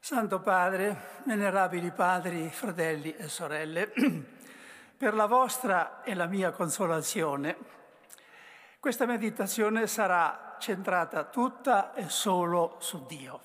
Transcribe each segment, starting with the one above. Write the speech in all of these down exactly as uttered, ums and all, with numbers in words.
Santo Padre, venerabili padri, fratelli e sorelle, per la vostra e la mia consolazione, questa meditazione sarà centrata tutta e solo su Dio.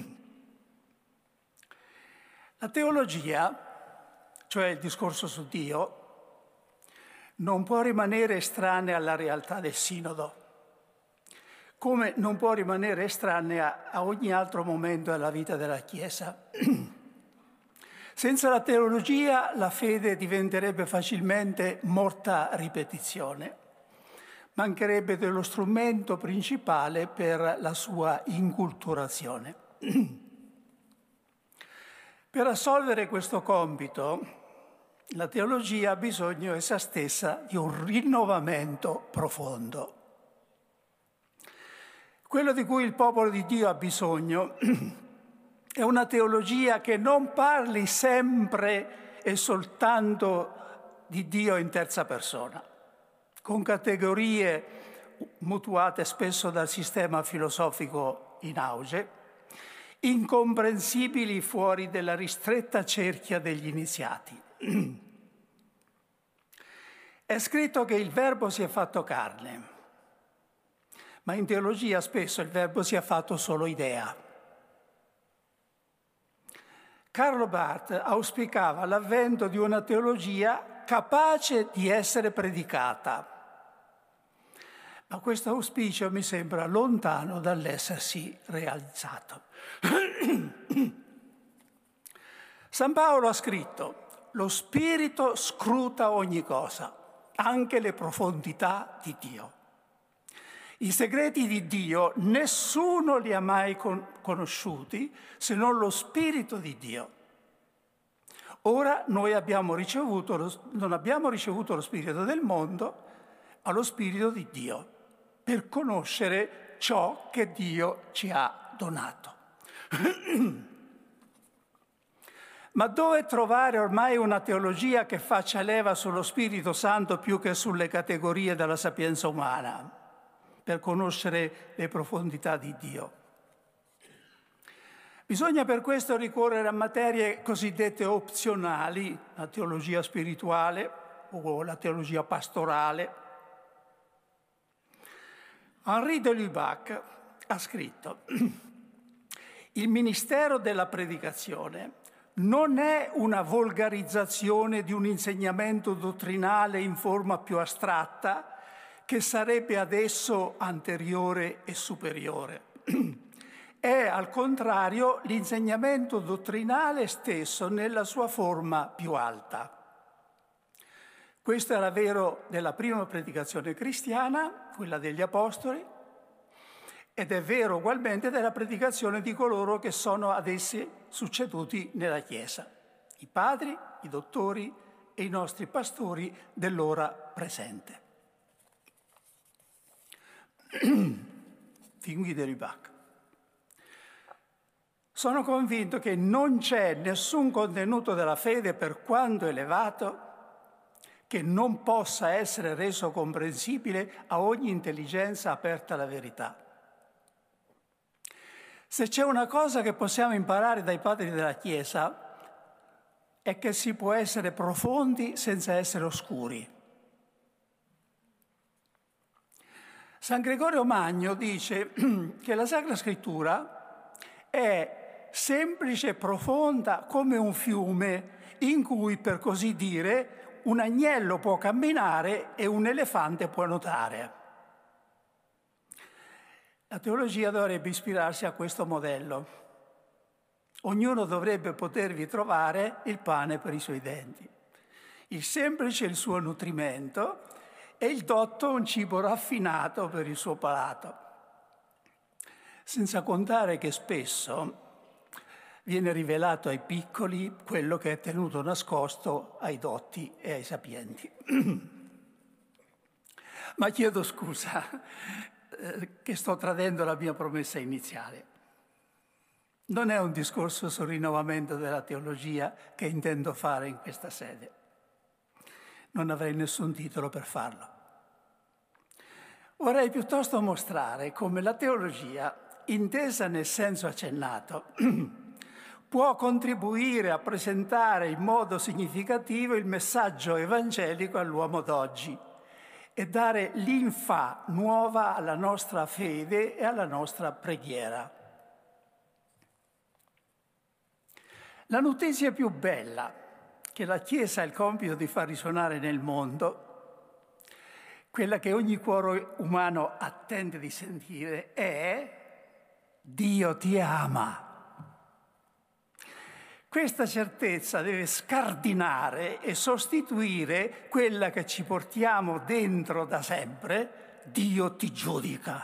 La teologia, cioè il discorso su Dio, non può rimanere estranea alla realtà del Sinodo, come non può rimanere estranea a ogni altro momento della vita della Chiesa. Senza la teologia la fede diventerebbe facilmente morta ripetizione, mancherebbe dello strumento principale per la sua inculturazione. Per assolvere questo compito, la teologia ha bisogno essa stessa di un rinnovamento profondo. Quello di cui il popolo di Dio ha bisogno è una teologia che non parli sempre e soltanto di Dio in terza persona, con categorie mutuate spesso dal sistema filosofico in auge, incomprensibili fuori della ristretta cerchia degli iniziati. È scritto che il Verbo si è fatto carne, ma in teologia spesso il verbo si è fatto solo idea. Karl Barth auspicava l'avvento di una teologia capace di essere predicata, ma questo auspicio mi sembra lontano dall'essersi realizzato. San Paolo ha scritto: lo Spirito scruta ogni cosa, anche le profondità di Dio. I segreti di Dio nessuno li ha mai con- conosciuti se non lo Spirito di Dio. Ora noi abbiamo ricevuto lo, non abbiamo ricevuto lo Spirito del mondo, ma lo Spirito di Dio, per conoscere ciò che Dio ci ha donato. Ma dove trovare ormai una teologia che faccia leva sullo Spirito Santo più che sulle categorie della sapienza umana, per conoscere le profondità di Dio? Bisogna per questo ricorrere a materie cosiddette opzionali, la teologia spirituale o la teologia pastorale. Henri de Lubac ha scritto: il ministero della predicazione non è una volgarizzazione di un insegnamento dottrinale in forma più astratta, che sarebbe ad esso anteriore e superiore. È, al contrario, l'insegnamento dottrinale stesso nella sua forma più alta. Questo era vero della prima predicazione cristiana, quella degli Apostoli, ed è vero ugualmente della predicazione di coloro che sono ad essi succeduti nella Chiesa, i padri, i dottori e i nostri pastori dell'ora presente. Fin qui de Lubac. Sono convinto che non c'è nessun contenuto della fede, per quanto elevato, che non possa essere reso comprensibile a ogni intelligenza aperta alla verità. Se c'è una cosa che possiamo imparare dai padri della Chiesa è che si può essere profondi senza essere oscuri. San Gregorio Magno dice che la Sacra Scrittura è semplice e profonda come un fiume in cui, per così dire, un agnello può camminare e un elefante può nuotare. La teologia dovrebbe ispirarsi a questo modello. Ognuno dovrebbe potervi trovare il pane per i suoi denti, il semplice il suo nutrimento e il dotto un cibo raffinato per il suo palato. Senza contare che spesso viene rivelato ai piccoli quello che è tenuto nascosto ai dotti e ai sapienti. Ma chiedo scusa eh, che sto tradendo la mia promessa iniziale. Non è un discorso sul rinnovamento della teologia che intendo fare in questa sede. Non avrei nessun titolo per farlo. Vorrei piuttosto mostrare come la teologia, intesa nel senso accennato, può contribuire a presentare in modo significativo il messaggio evangelico all'uomo d'oggi e dare linfa nuova alla nostra fede e alla nostra preghiera. La notizia più bella che la Chiesa ha il compito di far risuonare nel mondo, quella che ogni cuore umano attende di sentire, è: Dio ti ama. Questa certezza deve scardinare e sostituire quella che ci portiamo dentro da sempre: Dio ti giudica.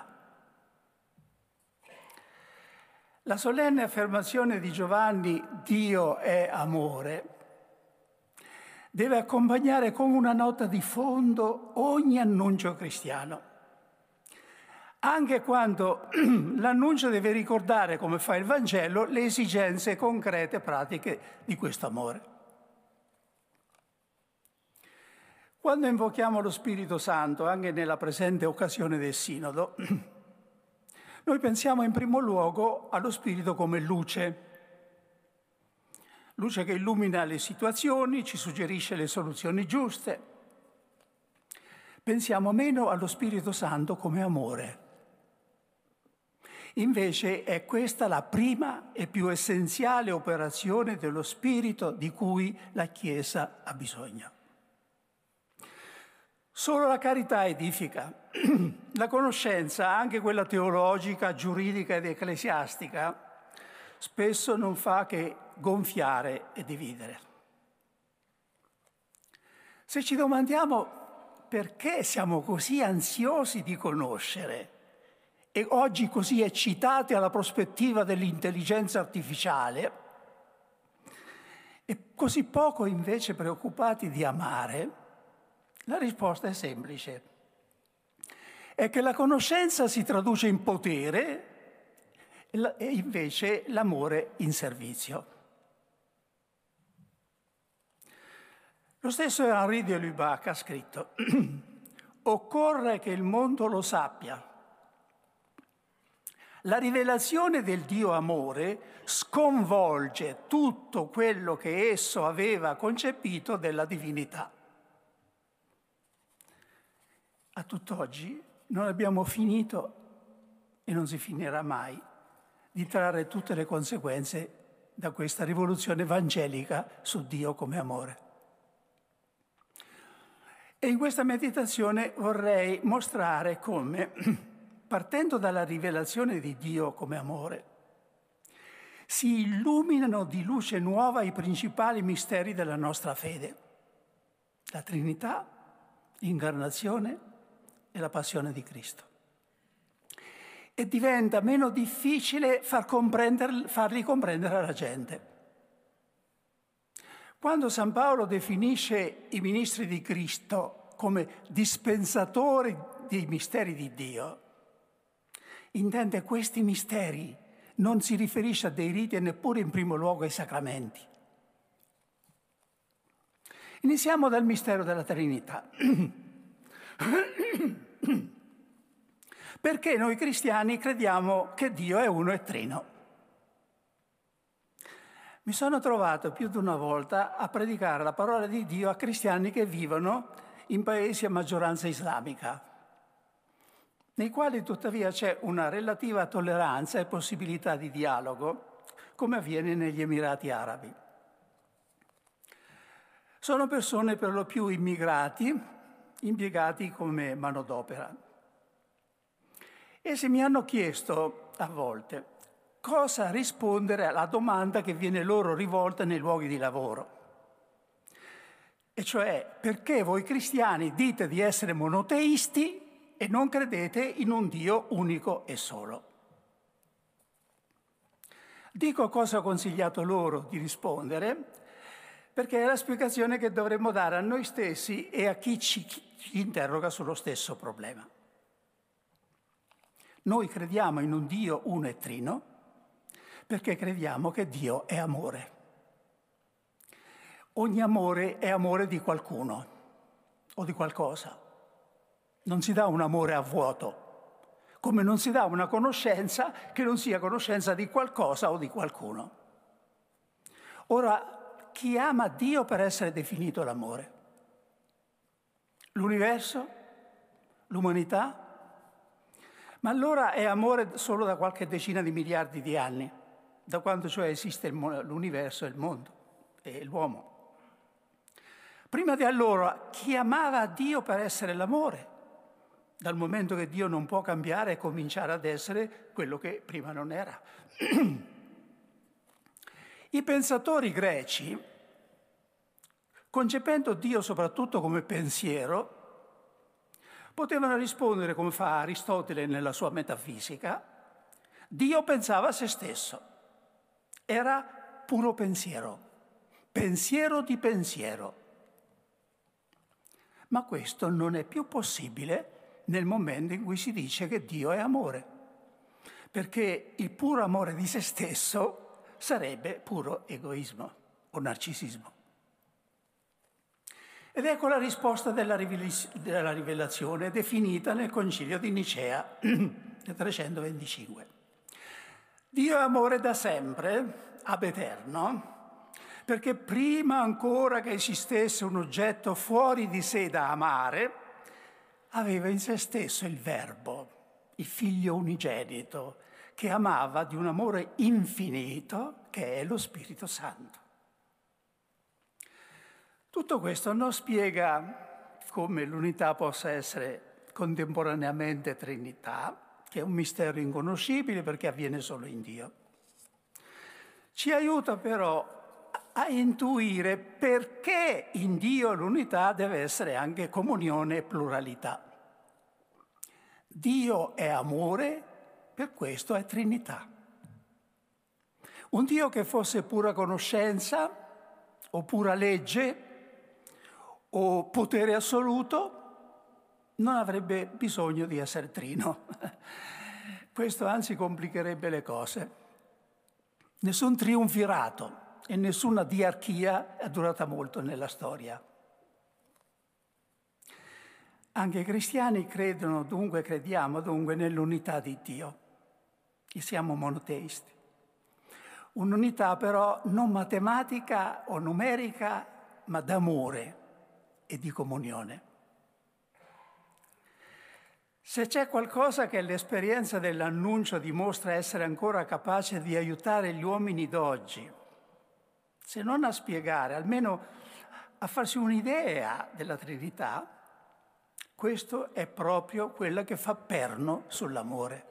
La solenne affermazione di Giovanni, Dio è amore, deve accompagnare con una nota di fondo ogni annuncio cristiano. Anche quando l'annuncio deve ricordare, come fa il Vangelo, le esigenze concrete e pratiche di questo amore. Quando invochiamo lo Spirito Santo, anche nella presente occasione del Sinodo, noi pensiamo in primo luogo allo Spirito come luce. Luce che illumina le situazioni, ci suggerisce le soluzioni giuste. Pensiamo meno allo Spirito Santo come amore. Invece è questa la prima e più essenziale operazione dello Spirito di cui la Chiesa ha bisogno. Solo la carità edifica. La conoscenza, anche quella teologica, giuridica ed ecclesiastica, spesso non fa che gonfiare e dividere. Se ci domandiamo perché siamo così ansiosi di conoscere e oggi così eccitati alla prospettiva dell'intelligenza artificiale e così poco invece preoccupati di amare, la risposta è semplice. È che la conoscenza si traduce in potere e invece l'amore in servizio. Lo stesso Henri de Lubac ha scritto: occorre che il mondo lo sappia. La rivelazione del Dio amore sconvolge tutto quello che esso aveva concepito della divinità. A tutt'oggi non abbiamo finito, e non si finirà mai, di trarre tutte le conseguenze da questa rivoluzione evangelica su Dio come amore. E in questa meditazione vorrei mostrare come, partendo dalla rivelazione di Dio come amore, si illuminano di luce nuova i principali misteri della nostra fede: la Trinità, l'incarnazione e la passione di Cristo. E diventa meno difficile far comprendere, farli comprendere alla gente. Quando San Paolo definisce i ministri di Cristo come dispensatori dei misteri di Dio, intende questi misteri, non si riferisce a dei riti e neppure in primo luogo ai sacramenti. Iniziamo dal mistero della Trinità. Perché noi cristiani crediamo che Dio è uno e trino. Mi sono trovato più di una volta a predicare la parola di Dio a cristiani che vivono in paesi a maggioranza islamica, nei quali tuttavia c'è una relativa tolleranza e possibilità di dialogo, come avviene negli Emirati Arabi. Sono persone per lo più immigrati, impiegati come manodopera. Essi mi hanno chiesto a volte cosa rispondere alla domanda che viene loro rivolta nei luoghi di lavoro. E cioè, perché voi cristiani dite di essere monoteisti e non credete in un Dio unico e solo? Dico cosa ho consigliato loro di rispondere, perché è la spiegazione che dovremmo dare a noi stessi e a chi ci, ci interroga sullo stesso problema. Noi crediamo in un Dio uno e trino perché crediamo che Dio è amore. Ogni amore è amore di qualcuno o di qualcosa. Non si dà un amore a vuoto, come non si dà una conoscenza che non sia conoscenza di qualcosa o di qualcuno. Ora, chi ama Dio per essere definito l'amore? L'universo? L'umanità? Ma allora è amore solo da qualche decina di miliardi di anni, da quando cioè esiste l'universo e il mondo e l'uomo. Prima di allora, chi amava Dio per essere l'amore? Dal momento che Dio non può cambiare e cominciare ad essere quello che prima non era. I pensatori greci, concependo Dio soprattutto come pensiero, potevano rispondere, come fa Aristotele nella sua metafisica: Dio pensava a se stesso, era puro pensiero, pensiero di pensiero. Ma questo non è più possibile nel momento in cui si dice che Dio è amore, perché il puro amore di se stesso sarebbe puro egoismo o narcisismo. Ed ecco la risposta della rivelazione definita nel Concilio di Nicea del trecentoventicinque. Dio è amore da sempre, ab eterno, perché prima ancora che esistesse un oggetto fuori di sé da amare, aveva in se stesso il Verbo, il Figlio unigenito, che amava di un amore infinito, che è lo Spirito Santo. Tutto questo non spiega come l'unità possa essere contemporaneamente Trinità, che è un mistero inconoscibile perché avviene solo in Dio. Ci aiuta però a intuire perché in Dio l'unità deve essere anche comunione e pluralità. Dio è amore, per questo è Trinità. Un Dio che fosse pura conoscenza o pura legge o potere assoluto non avrebbe bisogno di essere trino. Questo anzi complicherebbe le cose. Nessun triunvirato e nessuna diarchia è durata molto nella storia. Anche i cristiani credono dunque, crediamo dunque nell'unità di Dio e siamo monoteisti. Un'unità però non matematica o numerica, ma d'amore e di comunione. Se c'è qualcosa che l'esperienza dell'annuncio dimostra essere ancora capace di aiutare gli uomini d'oggi, se non a spiegare, almeno a farsi un'idea della Trinità, questo è proprio quella che fa perno sull'amore.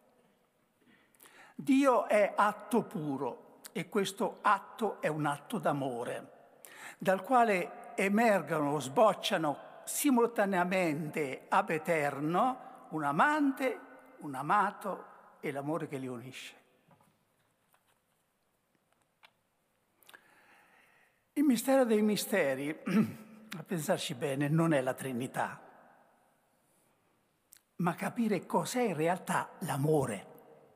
Dio è atto puro e questo atto è un atto d'amore, dal quale emergono, sbocciano simultaneamente ab eterno un amante, un amato e l'amore che li unisce. Il mistero dei misteri, a pensarci bene, non è la Trinità, ma capire cos'è in realtà l'amore.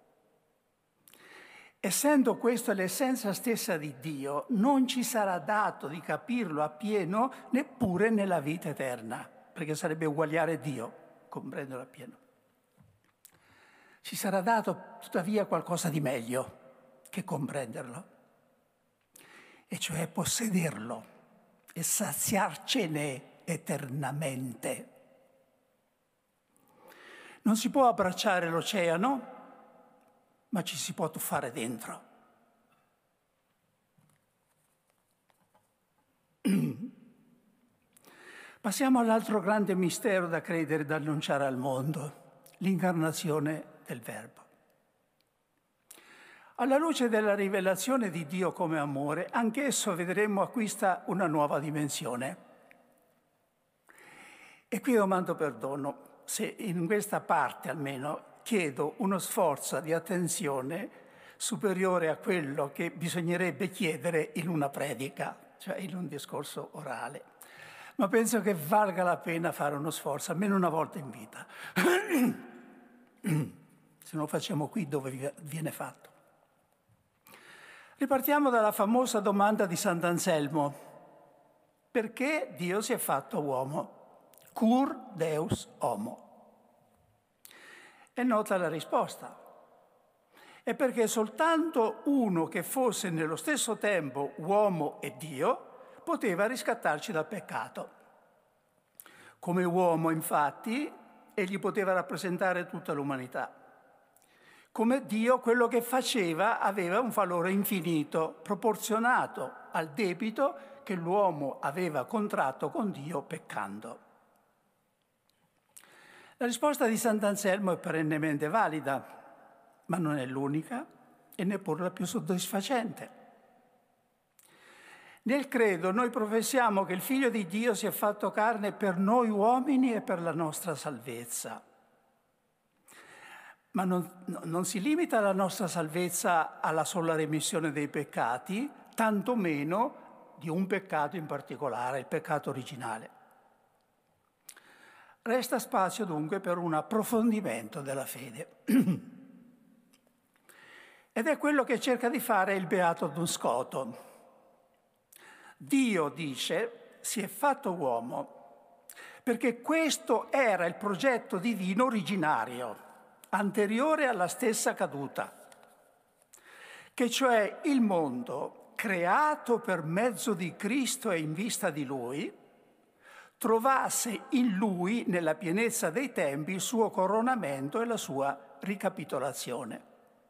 Essendo questa l'essenza stessa di Dio, non ci sarà dato di capirlo appieno neppure nella vita eterna, perché sarebbe uguagliare Dio, comprenderlo appieno. Ci sarà dato tuttavia qualcosa di meglio che comprenderlo, e cioè possederlo e saziarcene eternamente. Non si può abbracciare l'oceano, ma ci si può tuffare dentro. Passiamo all'altro grande mistero da credere e da annunciare al mondo, l'incarnazione del Verbo. Alla luce della rivelazione di Dio come amore, anch'esso, vedremo, acquista una nuova dimensione. E qui domando perdono se in questa parte almeno chiedo uno sforzo di attenzione superiore a quello che bisognerebbe chiedere in una predica, cioè in un discorso orale. Ma penso che valga la pena fare uno sforzo, almeno una volta in vita. Se non lo facciamo qui dove viene fatto. Ripartiamo dalla famosa domanda di Sant'Anselmo. Perché Dio si è fatto uomo? Cur Deus homo. È nota la risposta. è perché soltanto uno che fosse nello stesso tempo uomo e Dio poteva riscattarci dal peccato. Come uomo, infatti, egli poteva rappresentare tutta l'umanità. Come Dio, quello che faceva aveva un valore infinito, proporzionato al debito che l'uomo aveva contratto con Dio peccando. La risposta di Sant'Anselmo è perennemente valida, ma non è l'unica e neppure la più soddisfacente. Nel credo noi professiamo che il Figlio di Dio si è fatto carne per noi uomini e per la nostra salvezza. Ma non, non si limita la nostra salvezza alla sola remissione dei peccati, tantomeno di un peccato in particolare, il peccato originale. Resta spazio dunque per un approfondimento della fede. Ed è quello che cerca di fare il Beato Don Scoto. Dio, dice, si è fatto uomo perché questo era il progetto divino originario, anteriore alla stessa caduta, che cioè il mondo, creato per mezzo di Cristo e in vista di Lui, trovasse in Lui, nella pienezza dei tempi, il suo coronamento e la sua ricapitolazione.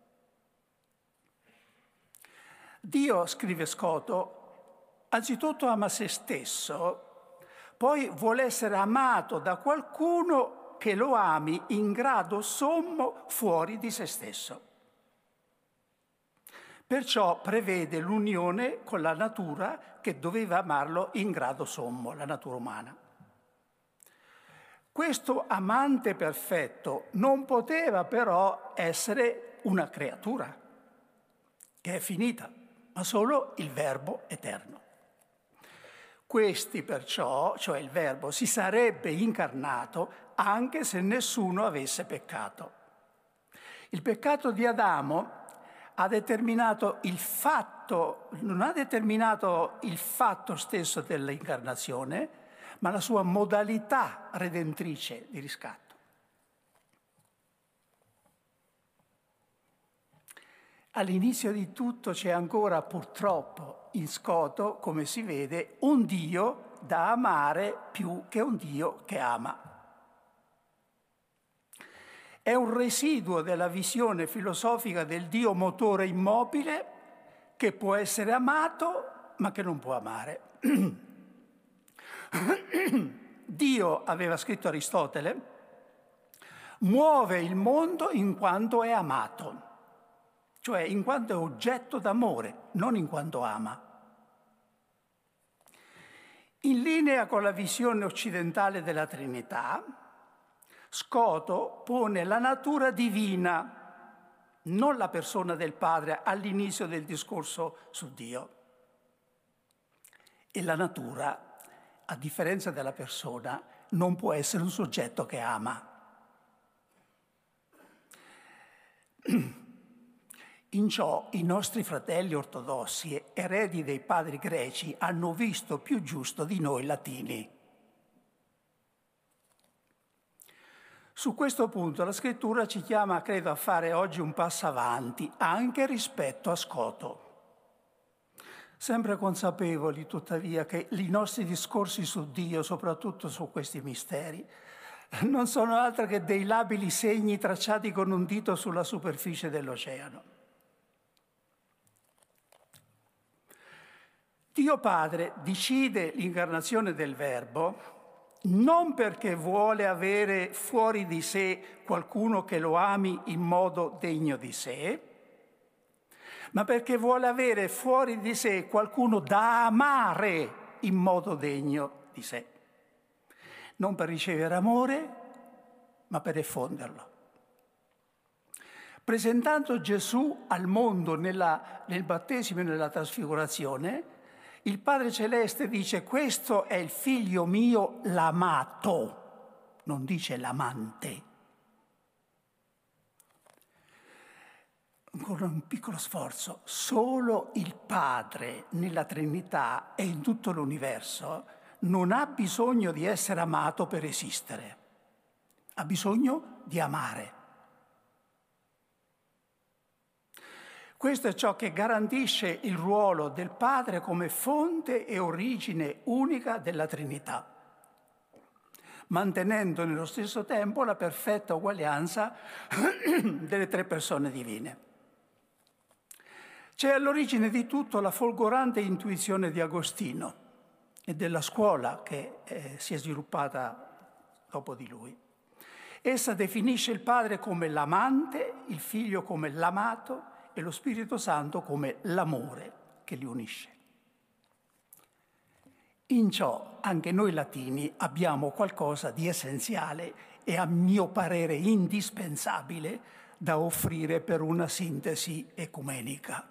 Dio, scrive Scoto, anzitutto ama se stesso, poi vuole essere amato da qualcuno che lo ami in grado sommo fuori di se stesso. Perciò prevede l'unione con la natura che doveva amarlo in grado sommo, la natura umana. Questo amante perfetto non poteva però essere una creatura che è finita, ma solo il Verbo eterno. Questi perciò, cioè il Verbo, si sarebbe incarnato anche se nessuno avesse peccato. Il peccato di Adamo ha determinato il fatto, non ha determinato il fatto stesso dell'incarnazione, ma la sua modalità redentrice di riscatto. All'inizio di tutto c'è ancora, purtroppo, in Scoto, come si vede, un Dio da amare più che un Dio che ama. È un residuo della visione filosofica del Dio motore immobile che può essere amato ma che non può amare. Dio, aveva scritto Aristotele, muove il mondo in quanto è amato, cioè in quanto è oggetto d'amore, non in quanto ama. In linea con la visione occidentale della Trinità, Scoto pone la natura divina, non la persona del Padre, all'inizio del discorso su Dio. E la natura, a differenza della persona, non può essere un soggetto che ama. In ciò i nostri fratelli ortodossi, eredi dei padri greci, hanno visto più giusto di noi latini. Su questo punto la scrittura ci chiama, credo, a fare oggi un passo avanti, anche rispetto a Scoto. Sempre consapevoli, tuttavia, che i nostri discorsi su Dio, soprattutto su questi misteri, non sono altro che dei labili segni tracciati con un dito sulla superficie dell'oceano. Dio Padre decide l'incarnazione del Verbo non perché vuole avere fuori di sé qualcuno che lo ami in modo degno di sé, ma perché vuole avere fuori di sé qualcuno da amare in modo degno di sé. Non per ricevere amore, ma per effonderlo. Presentando Gesù al mondo nella, nel battesimo e nella trasfigurazione, il Padre Celeste dice: questo è il figlio mio l'amato, non dice l'amante. Ancora un piccolo sforzo. Solo il Padre nella Trinità e in tutto l'universo non ha bisogno di essere amato per esistere. Ha bisogno di amare. Questo è ciò che garantisce il ruolo del Padre come fonte e origine unica della Trinità, mantenendo nello stesso tempo la perfetta uguaglianza delle tre persone divine. C'è all'origine di tutto la folgorante intuizione di Agostino e della scuola che eh, si è sviluppata dopo di lui. Essa definisce il Padre come l'amante, il Figlio come l'amato e lo Spirito Santo come l'amore che li unisce. In ciò anche noi latini abbiamo qualcosa di essenziale e a mio parere indispensabile da offrire per una sintesi ecumenica.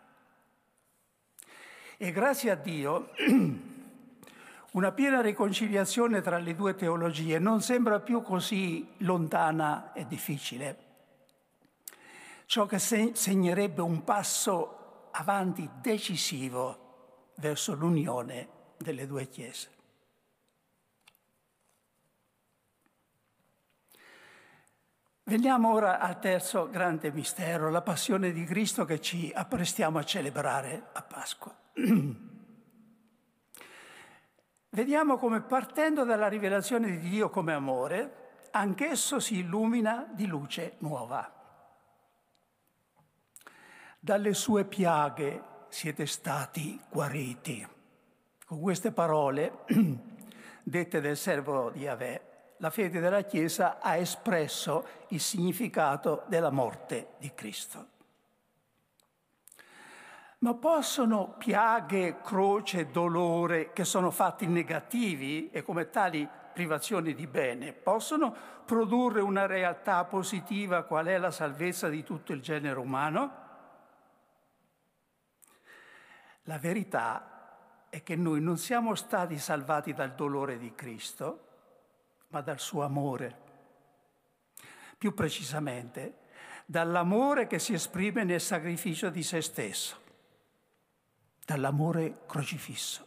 E grazie a Dio una piena riconciliazione tra le due teologie non sembra più così lontana e difficile. Ciò che segnerebbe un passo avanti decisivo verso l'unione delle due Chiese. Veniamo ora al terzo grande mistero, la passione di Cristo che ci apprestiamo a celebrare a Pasqua. Vediamo come, partendo dalla rivelazione di Dio come amore, anch'esso si illumina di luce nuova. Dalle sue piaghe siete stati guariti. Con queste parole, dette del servo di Yahweh, la fede della Chiesa ha espresso il significato della morte di Cristo. Ma possono piaghe, croce, dolore, che sono fatti negativi e come tali privazioni di bene, possono produrre una realtà positiva qual è la salvezza di tutto il genere umano? La verità è che noi non siamo stati salvati dal dolore di Cristo, ma dal suo amore. Più precisamente, dall'amore che si esprime nel sacrificio di se stesso, dall'amore crocifisso.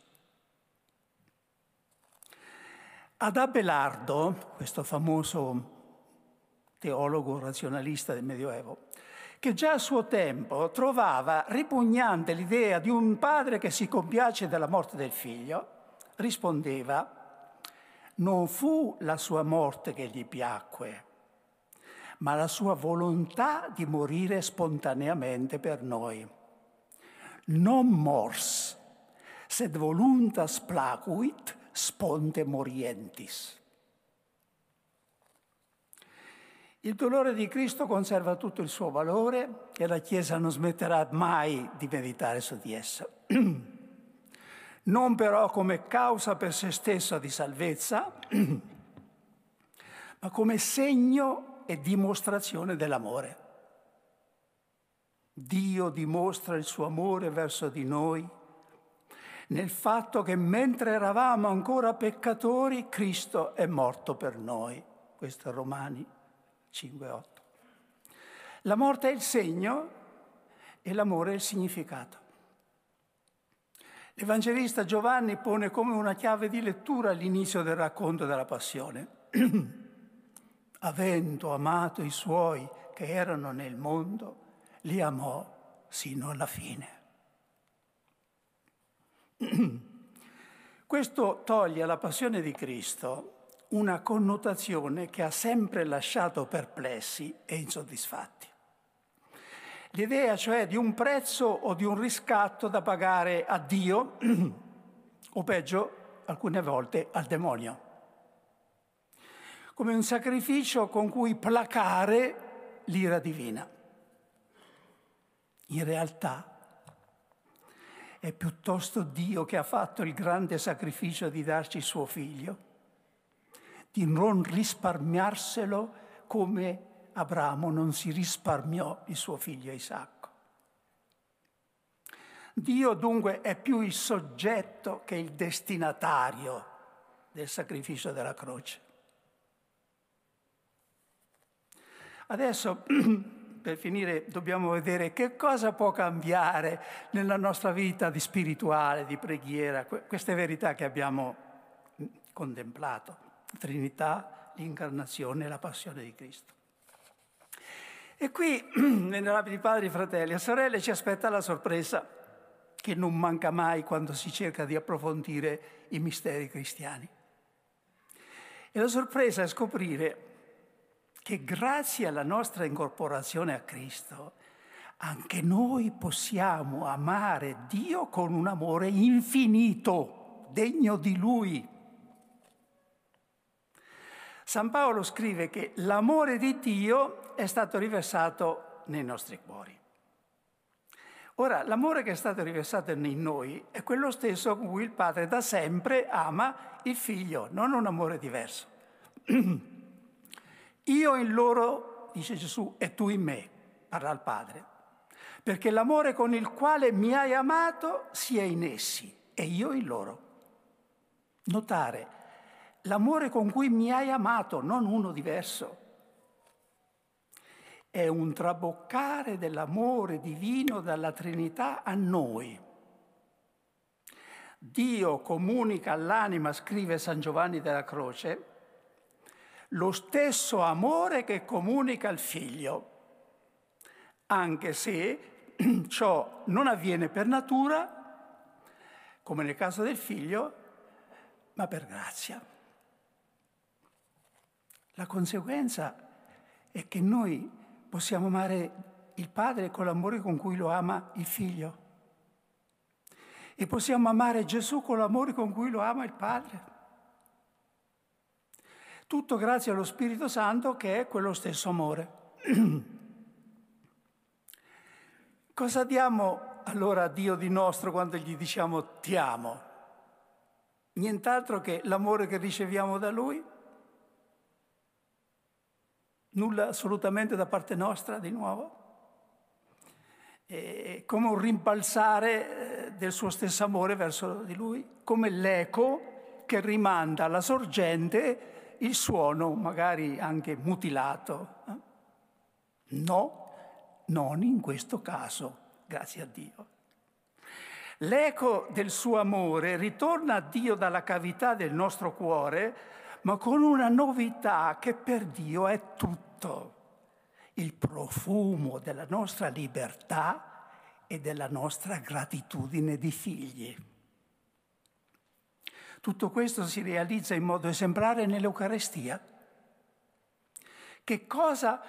Ad Abelardo, questo famoso teologo razionalista del Medioevo, che già a suo tempo trovava ripugnante l'idea di un padre che si compiace della morte del figlio, rispondeva: non fu la sua morte che gli piacque, ma la sua volontà di morire spontaneamente per noi. Non mors, sed voluntas placuit, sponte morientis. Il dolore di Cristo conserva tutto il suo valore e la Chiesa non smetterà mai di meditare su di esso. Non però come causa per se stessa di salvezza, ma come segno e dimostrazione dell'amore. Dio dimostra il suo amore verso di noi nel fatto che mentre eravamo ancora peccatori, Cristo è morto per noi. Questo è Romani cinque otto. La morte è il segno e l'amore è il significato. L'Evangelista Giovanni pone come una chiave di lettura all'inizio del racconto della Passione. Avendo amato i suoi che erano nel mondo, li amò sino alla fine. Questo toglie alla Passione di Cristo una connotazione che ha sempre lasciato perplessi e insoddisfatti. L'idea cioè di un prezzo o di un riscatto da pagare a Dio o peggio, alcune volte, al demonio. Come un sacrificio con cui placare l'ira divina. In realtà è piuttosto Dio che ha fatto il grande sacrificio di darci suo figlio, di non risparmiarselo come Abramo non si risparmiò il suo figlio Isacco. Dio dunque è più il soggetto che il destinatario del sacrificio della croce. Adesso, per finire, dobbiamo vedere che cosa può cambiare nella nostra vita di spirituale, di preghiera, queste verità che abbiamo contemplato, la Trinità, l'incarnazione e la passione di Cristo. E qui, venerabili padri, fratelli e sorelle, ci aspetta la sorpresa che non manca mai quando si cerca di approfondire i misteri cristiani. E la sorpresa è scoprire che grazie alla nostra incorporazione a Cristo, anche noi possiamo amare Dio con un amore infinito, degno di Lui. San Paolo scrive che l'amore di Dio è stato riversato nei nostri cuori. Ora, l'amore che è stato riversato in noi è quello stesso con cui il Padre da sempre ama il Figlio, non un amore diverso. Io in loro, dice Gesù, e tu in me, parla al Padre, perché l'amore con il quale mi hai amato sia in essi e io in loro. Notare, l'amore con cui mi hai amato, non uno diverso. È un traboccare dell'amore divino dalla Trinità a noi. Dio comunica all'anima, scrive San Giovanni della Croce, lo stesso amore che comunica al Figlio, anche se ciò non avviene per natura, come nel caso del Figlio, ma per grazia. La conseguenza è che noi possiamo amare il Padre con l'amore con cui lo ama il Figlio e possiamo amare Gesù con l'amore con cui lo ama il Padre. Tutto grazie allo Spirito Santo che è quello stesso amore. Cosa diamo allora a Dio di nostro quando gli diciamo ti amo? Nient'altro che l'amore che riceviamo da Lui? Nulla assolutamente da parte nostra, di nuovo? È come un rimbalzare del suo stesso amore verso di Lui, come l'eco che rimanda alla sorgente il suono, magari anche mutilato. No, non in questo caso, grazie a Dio. L'eco del suo amore ritorna a Dio dalla cavità del nostro cuore, ma con una novità che per Dio è tutto, il profumo della nostra libertà e della nostra gratitudine di figli. Tutto questo si realizza in modo esemplare nell'Eucarestia. Che cosa,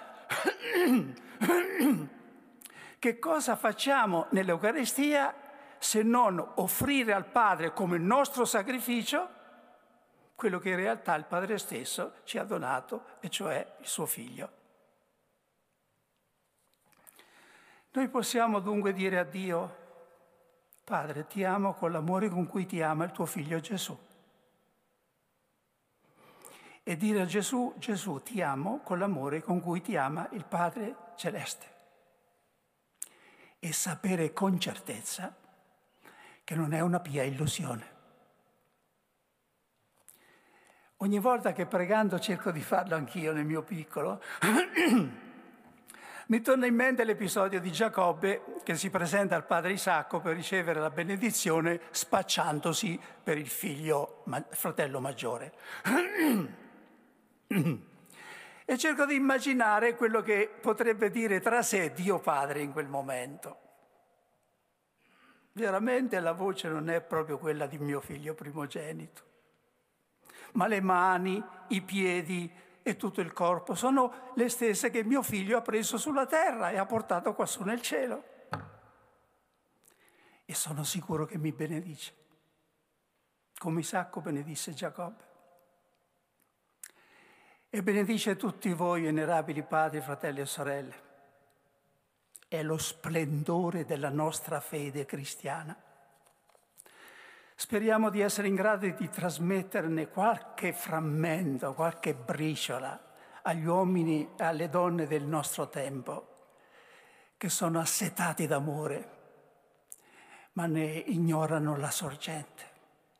che cosa facciamo nell'Eucarestia se non offrire al Padre come nostro sacrificio quello che in realtà il Padre stesso ci ha donato, e cioè il suo Figlio. Noi possiamo dunque dire a Dio: Padre, ti amo con l'amore con cui ti ama il tuo Figlio Gesù. E dire a Gesù: Gesù, ti amo con l'amore con cui ti ama il Padre Celeste. E sapere con certezza che non è una pia illusione. Ogni volta che pregando cerco di farlo anch'io nel mio piccolo, mi torna in mente l'episodio di Giacobbe che si presenta al padre Isacco per ricevere la benedizione spacciandosi per il figlio, il fratello maggiore. E cerco di immaginare quello che potrebbe dire tra sé Dio Padre in quel momento. Veramente la voce non è proprio quella di mio figlio primogenito, ma le mani, i piedi e tutto il corpo sono le stesse che mio figlio ha preso sulla terra e ha portato quassù nel cielo. E sono sicuro che mi benedice, come Isacco benedisse Giacobbe. E benedice tutti voi, venerabili padri, fratelli e sorelle. È lo splendore della nostra fede cristiana. Speriamo di essere in grado di trasmetterne qualche frammento, qualche briciola agli uomini e alle donne del nostro tempo, che sono assetati d'amore, ma ne ignorano la sorgente.